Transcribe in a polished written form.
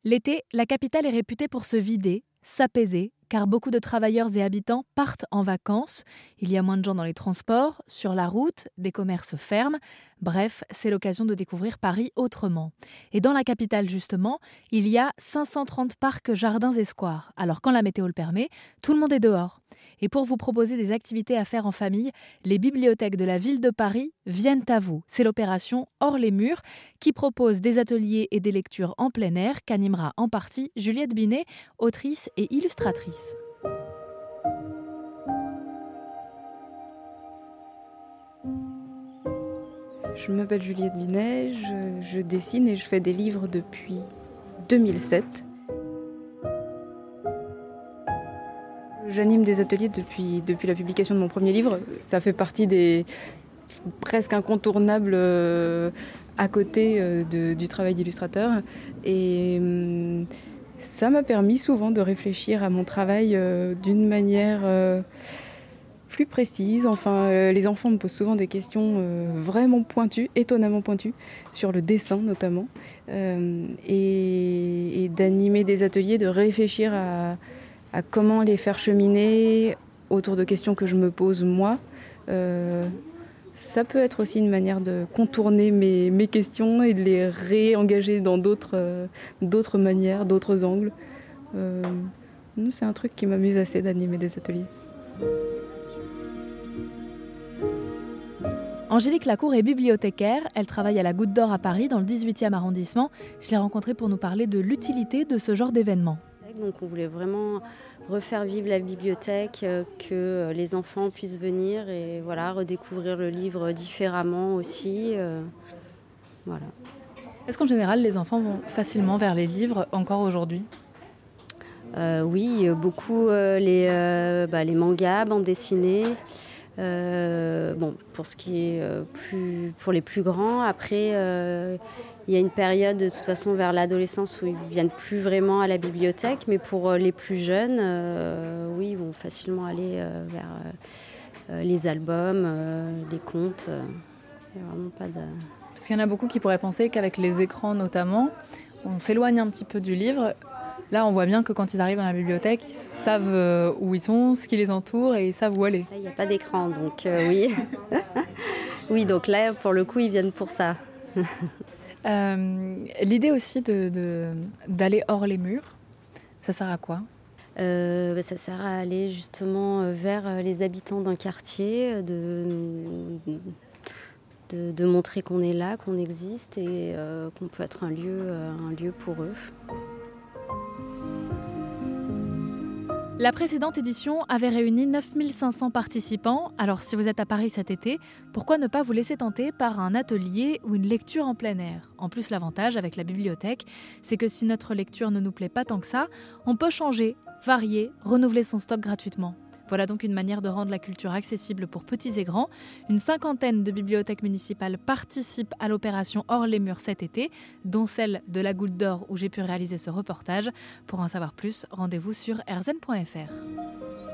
L'été, la capitale est réputée pour se vider, s'apaiser, car beaucoup de travailleurs et habitants partent en vacances. Il y a moins de gens dans les transports, sur la route, des commerces ferment. Bref, c'est l'occasion de découvrir Paris autrement. Et dans la capitale, justement, il y a 530 parcs, jardins et squares. Alors quand la météo le permet, tout le monde est dehors. Et pour vous proposer des activités à faire en famille, les bibliothèques de la ville de Paris viennent à vous. C'est l'opération Hors les murs qui propose des ateliers et des lectures en plein air qu'animera en partie Juliette Binet, autrice et illustratrice. Je m'appelle Juliette Binet, je dessine et je fais des livres depuis 2007. J'anime des ateliers depuis la publication de mon premier livre. Ça fait partie des presque incontournables à côté du travail d'illustrateur. Et ça m'a permis souvent de réfléchir à mon travail d'une manière plus précise. Les enfants me posent souvent des questions vraiment pointues, étonnamment pointues, sur le dessin notamment. Et d'animer des ateliers, de réfléchir à comment les faire cheminer autour de questions que je me pose moi. Ça peut être aussi une manière de contourner mes questions et de les réengager dans d'autres manières, d'autres angles. C'est un truc qui m'amuse assez d'animer des ateliers. Angélique Lacour est bibliothécaire, elle travaille à la Goutte d'Or à Paris dans le 18e arrondissement. Je l'ai rencontrée pour nous parler de l'utilité de ce genre d'événement. Donc on voulait vraiment refaire vivre la bibliothèque, que les enfants puissent venir et voilà, redécouvrir le livre différemment aussi. Voilà. Est-ce qu'en général les enfants vont facilement vers les livres encore aujourd'hui ? Oui, beaucoup les mangas, bandes dessinées. Pour ce qui est pour les plus grands, après il y a une période de toute façon vers l'adolescence où ils viennent plus vraiment à la bibliothèque, mais pour les plus jeunes, oui, ils vont facilement aller vers les albums, les contes. Il n'y a vraiment pas de... Parce qu'il y en a beaucoup qui pourraient penser qu'avec les écrans notamment, on s'éloigne un petit peu du livre. Là, on voit bien que quand ils arrivent dans la bibliothèque, ils savent où ils sont, ce qui les entoure et ils savent où aller. Là, il n'y a pas d'écran, donc oui. Oui, donc là, pour le coup, ils viennent pour ça. L'idée aussi d'aller hors les murs, ça sert à quoi ? Ça sert à aller justement vers les habitants d'un quartier, de montrer qu'on est là, qu'on existe et qu'on peut être un lieu pour eux. La précédente édition avait réuni 9500 participants. Alors si vous êtes à Paris cet été, pourquoi ne pas vous laisser tenter par un atelier ou une lecture en plein air ? En plus, l'avantage avec la bibliothèque, c'est que si notre lecture ne nous plaît pas tant que ça, on peut changer, varier, renouveler son stock gratuitement. Voilà donc une manière de rendre la culture accessible pour petits et grands. Une 50aine de bibliothèques municipales participent à l'opération Hors les murs cet été, dont celle de la Goutte d'Or où j'ai pu réaliser ce reportage. Pour en savoir plus, rendez-vous sur rzn.fr.